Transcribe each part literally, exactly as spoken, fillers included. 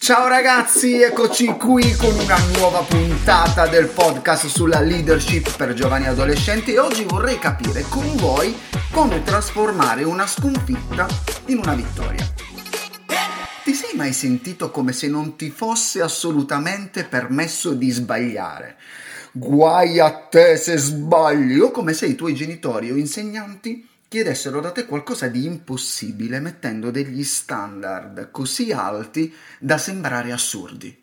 Ciao ragazzi, eccoci qui con una nuova puntata del podcast sulla leadership per giovani e adolescenti e oggi vorrei capire con voi come trasformare una sconfitta in una vittoria. Ti sei mai sentito come se non ti fosse assolutamente permesso di sbagliare? Guai a te se sbagli, o come se i tuoi genitori o insegnanti chiedessero da te qualcosa di impossibile mettendo degli standard così alti da sembrare assurdi.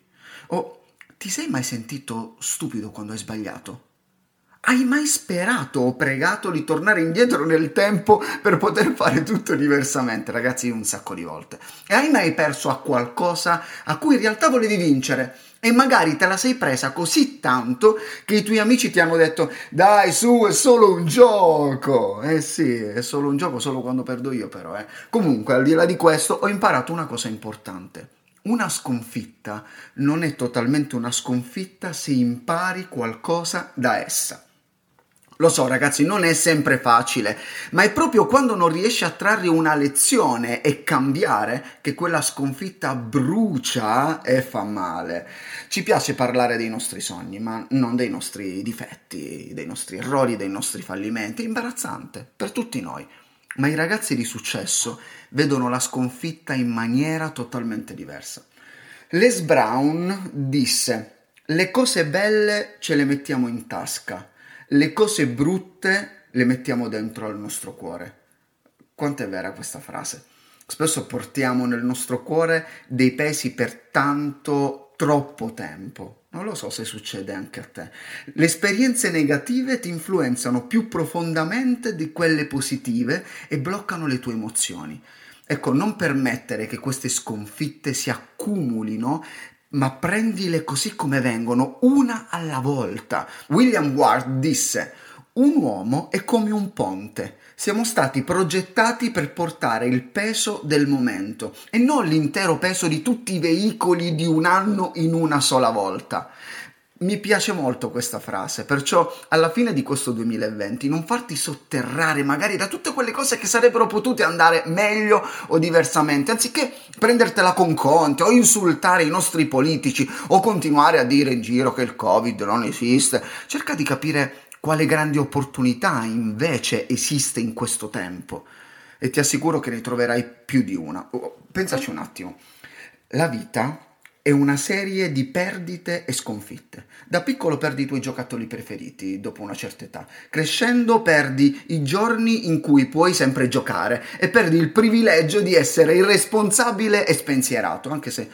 O ti sei mai sentito stupido quando hai sbagliato? Hai mai sperato o pregato di tornare indietro nel tempo per poter fare tutto diversamente? Ragazzi, un sacco di volte. E hai mai perso a qualcosa a cui in realtà volevi vincere? E magari te la sei presa così tanto che i tuoi amici ti hanno detto dai su, è solo un gioco. Eh sì, è solo un gioco, solo quando perdo io però. Eh. Comunque, al di là di questo, ho imparato una cosa importante. Una sconfitta non è totalmente una sconfitta se impari qualcosa da essa. Lo so ragazzi, non è sempre facile, ma è proprio quando non riesci a trarre una lezione e cambiare che quella sconfitta brucia e fa male. Ci piace parlare dei nostri sogni, ma non dei nostri difetti, dei nostri errori, dei nostri fallimenti. È imbarazzante per tutti noi. Ma i ragazzi di successo vedono la sconfitta in maniera totalmente diversa. Les Brown disse: le cose belle ce le mettiamo in tasca. Le cose brutte le mettiamo dentro al nostro cuore. Quanto è vera questa frase? Spesso portiamo nel nostro cuore dei pesi per tanto, troppo tempo. Non lo so se succede anche a te. Le esperienze negative ti influenzano più profondamente di quelle positive e bloccano le tue emozioni. Ecco, non permettere che queste sconfitte si accumulino, ma prendile così come vengono, una alla volta. William Ward disse: un uomo è come un ponte. Siamo stati progettati per portare il peso del momento e non l'intero peso di tutti i veicoli di un anno in una sola volta. Mi piace molto questa frase, perciò alla fine di questo duemilaventi non farti sotterrare magari da tutte quelle cose che sarebbero potute andare meglio o diversamente, anziché prendertela con Conte o insultare i nostri politici o continuare a dire in giro che il Covid non esiste. Cerca di capire quale grande opportunità invece esiste in questo tempo e ti assicuro che ne troverai più di una. Pensaci un attimo, la vita è una serie di perdite e sconfitte. Da piccolo perdi i tuoi giocattoli preferiti dopo una certa età. Crescendo perdi i giorni in cui puoi sempre giocare e perdi il privilegio di essere irresponsabile e spensierato, anche se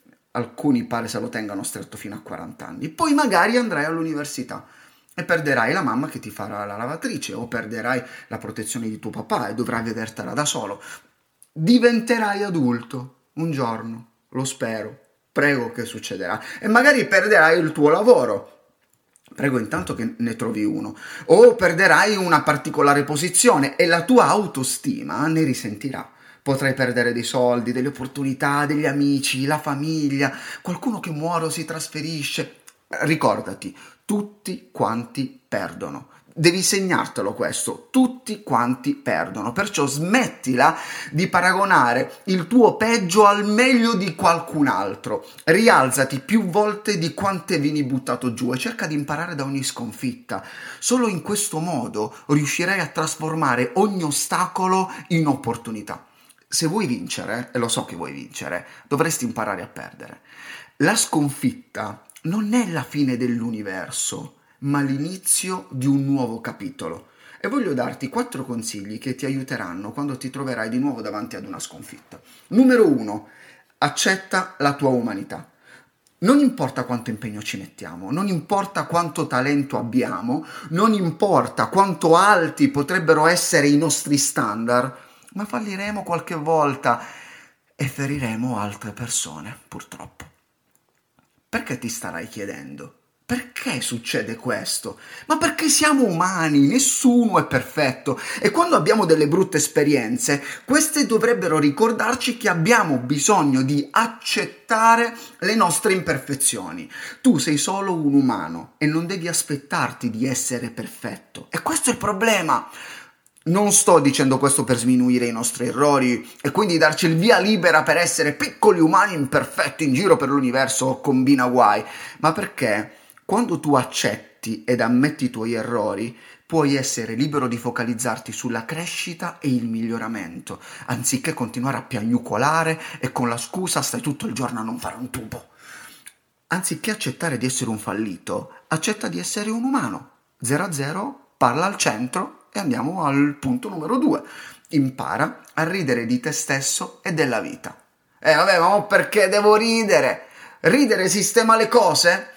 alcuni pare se lo tengano stretto fino a quaranta anni. Poi magari andrai all'università e perderai la mamma che ti farà la lavatrice o perderai la protezione di tuo papà e dovrai vedertela da solo. Diventerai adulto un giorno, lo spero. Prego che succederà. E magari perderai il tuo lavoro. Prego intanto che ne trovi uno. O perderai una particolare posizione e la tua autostima ne risentirà. Potrai perdere dei soldi, delle opportunità, degli amici, la famiglia, qualcuno che muore o si trasferisce. Ricordati, tutti quanti perdono. Devi segnartelo questo, tutti quanti perdono, perciò smettila di paragonare il tuo peggio al meglio di qualcun altro, rialzati più volte di quante vieni buttato giù e cerca di imparare da ogni sconfitta. Solo in questo modo riuscirai a trasformare ogni ostacolo in opportunità. Se vuoi vincere, e lo so che vuoi vincere, dovresti imparare a perdere. La sconfitta non è la fine dell'universo, ma l'inizio di un nuovo capitolo. E voglio darti quattro consigli che ti aiuteranno quando ti troverai di nuovo davanti ad una sconfitta. Numero uno, accetta la tua umanità. Non importa quanto impegno ci mettiamo, non importa quanto talento abbiamo, non importa quanto alti potrebbero essere i nostri standard, ma falliremo qualche volta e feriremo altre persone, purtroppo. Perché ti starai chiedendo? Perché succede questo? Ma perché siamo umani, nessuno è perfetto e quando abbiamo delle brutte esperienze, queste dovrebbero ricordarci che abbiamo bisogno di accettare le nostre imperfezioni. Tu sei solo un umano e non devi aspettarti di essere perfetto. E questo è il problema. Non sto dicendo questo per sminuire i nostri errori e quindi darci il via libera per essere piccoli umani imperfetti in giro per l'universo combina guai, ma perché quando tu accetti ed ammetti i tuoi errori, puoi essere libero di focalizzarti sulla crescita e il miglioramento, anziché continuare a piagnucolare e con la scusa stai tutto il giorno a non fare un tubo. Anziché accettare di essere un fallito, accetta di essere un umano. zero a zero, parla al centro e andiamo al punto numero due. Impara a ridere di te stesso e della vita. Eh vabbè, ma perché devo ridere? Ridere sistema le cose?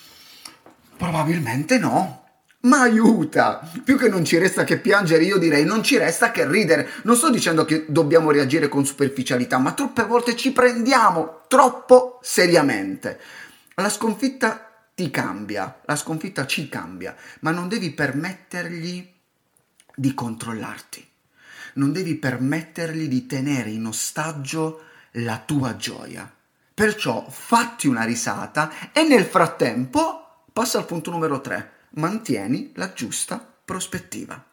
Probabilmente no. Ma aiuta! Più che non ci resta che piangere, io direi non ci resta che ridere. Non sto dicendo che dobbiamo reagire con superficialità, ma troppe volte ci prendiamo troppo seriamente. La sconfitta ti cambia, la sconfitta ci cambia, ma non devi permettergli di controllarti. Non devi permettergli di tenere in ostaggio la tua gioia. Perciò fatti una risata e nel frattempo passa al punto numero tre. Mantieni la giusta prospettiva.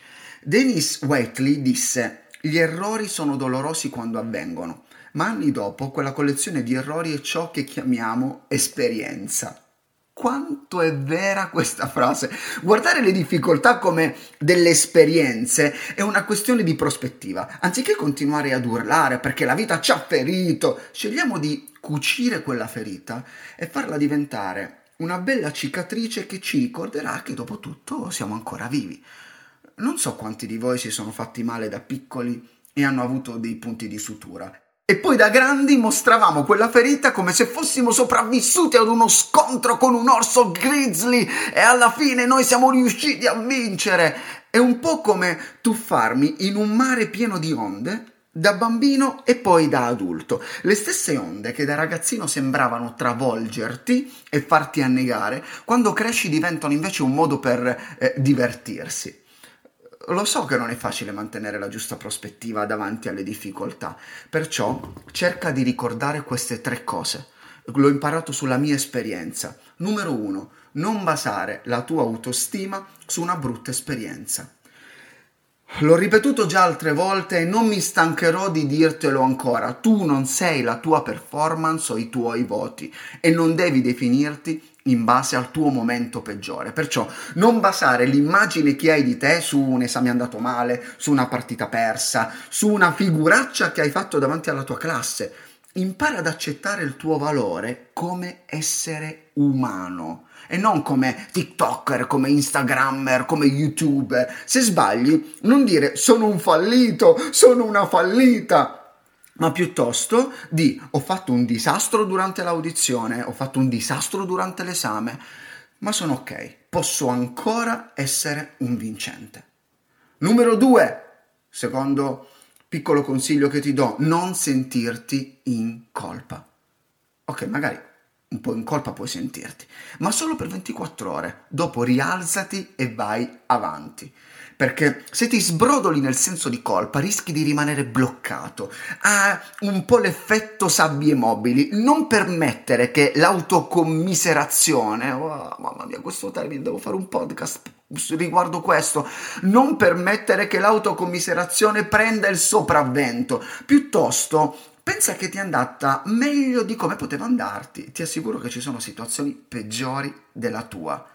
Dennis Waitley disse: gli errori sono dolorosi quando avvengono, ma anni dopo quella collezione di errori è ciò che chiamiamo esperienza. Quanto è vera questa frase? Guardare le difficoltà come delle esperienze è una questione di prospettiva. Anziché continuare ad urlare perché la vita ci ha ferito, scegliamo di cucire quella ferita e farla diventare una bella cicatrice che ci ricorderà che dopo tutto siamo ancora vivi. Non so quanti di voi si sono fatti male da piccoli e hanno avuto dei punti di sutura. E poi da grandi mostravamo quella ferita come se fossimo sopravvissuti ad uno scontro con un orso grizzly e alla fine noi siamo riusciti a vincere. È un po' come tuffarmi in un mare pieno di onde da bambino e poi da adulto. Le stesse onde che da ragazzino sembravano travolgerti e farti annegare, quando cresci diventano invece un modo per eh, divertirsi. Lo so che non è facile mantenere la giusta prospettiva davanti alle difficoltà, perciò cerca di ricordare queste tre cose. L'ho imparato sulla mia esperienza. Numero uno, non basare la tua autostima su una brutta esperienza. L'ho ripetuto già altre volte e non mi stancherò di dirtelo ancora. Tu non sei la tua performance o i tuoi voti e non devi definirti in base al tuo momento peggiore. Perciò non basare l'immagine che hai di te su un esame andato male, su una partita persa, su una figuraccia che hai fatto davanti alla tua classe. Impara ad accettare il tuo valore come essere umano e non come TikToker, come Instagrammer, come YouTuber. Se sbagli, non dire sono un fallito, sono una fallita, ma piuttosto di ho fatto un disastro durante l'audizione, ho fatto un disastro durante l'esame, ma sono ok, posso ancora essere un vincente. Numero due, secondo piccolo consiglio che ti do, non sentirti in colpa. Ok, magari un po' in colpa puoi sentirti, ma solo per ventiquattro ore, dopo rialzati e vai avanti. Perché se ti sbrodoli nel senso di colpa rischi di rimanere bloccato. Ha un po' l'effetto sabbie mobili. Non permettere che l'autocommiserazione, oh, mamma mia questo termine, devo fare un podcast riguardo questo, non permettere che l'autocommiserazione prenda il sopravvento. Piuttosto pensa che ti è andata meglio di come poteva andarti. Ti assicuro che ci sono situazioni peggiori della tua.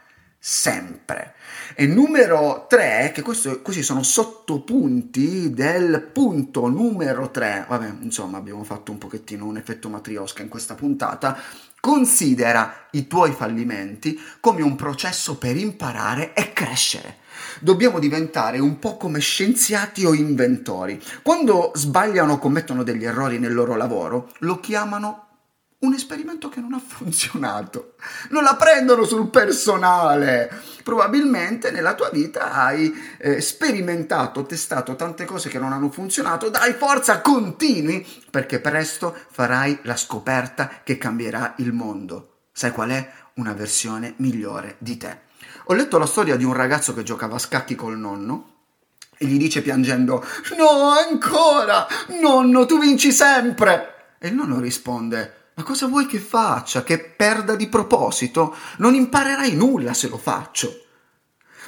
Sempre. E numero tre, che questo, questi sono sottopunti del punto numero tre, vabbè, insomma abbiamo fatto un pochettino un effetto matriosca in questa puntata. Considera i tuoi fallimenti come un processo per imparare e crescere. Dobbiamo diventare un po' come scienziati o inventori. Quando sbagliano o commettono degli errori nel loro lavoro, lo chiamano un esperimento che non ha funzionato. Non la prendono sul personale. Probabilmente nella tua vita hai eh, sperimentato, testato tante cose che non hanno funzionato. Dai, forza, continui, perché presto farai la scoperta che cambierà il mondo. Sai qual è? Una versione migliore di te. Ho letto la storia di un ragazzo che giocava a scacchi col nonno e gli dice piangendo: no, ancora! Nonno, tu vinci sempre! E il nonno risponde: ma cosa vuoi che faccia? Che perda di proposito? Non imparerai nulla se lo faccio.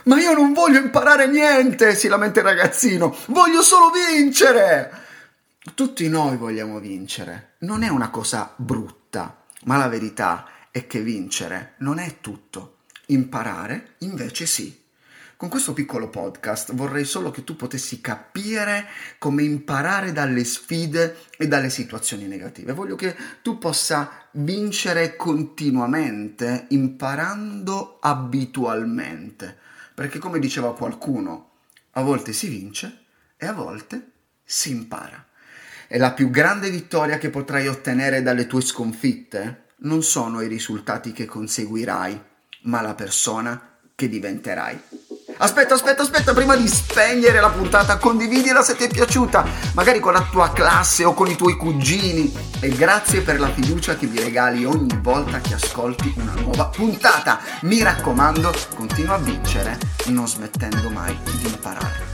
Ma io non voglio imparare niente, si lamenta il ragazzino, voglio solo vincere. Tutti noi vogliamo vincere, non è una cosa brutta, ma la verità è che vincere non è tutto, imparare invece sì. Con questo piccolo podcast vorrei solo che tu potessi capire come imparare dalle sfide e dalle situazioni negative. Voglio che tu possa vincere continuamente, imparando abitualmente. Perché come diceva qualcuno, a volte si vince e a volte si impara. E la più grande vittoria che potrai ottenere dalle tue sconfitte non sono i risultati che conseguirai, ma la persona che diventerai. Aspetta, aspetta, aspetta, prima di spegnere la puntata, condividila se ti è piaciuta, magari con la tua classe o con i tuoi cugini. E grazie per la fiducia che mi regali ogni volta che ascolti una nuova puntata. Mi raccomando, continua a vincere, non smettendo mai di imparare.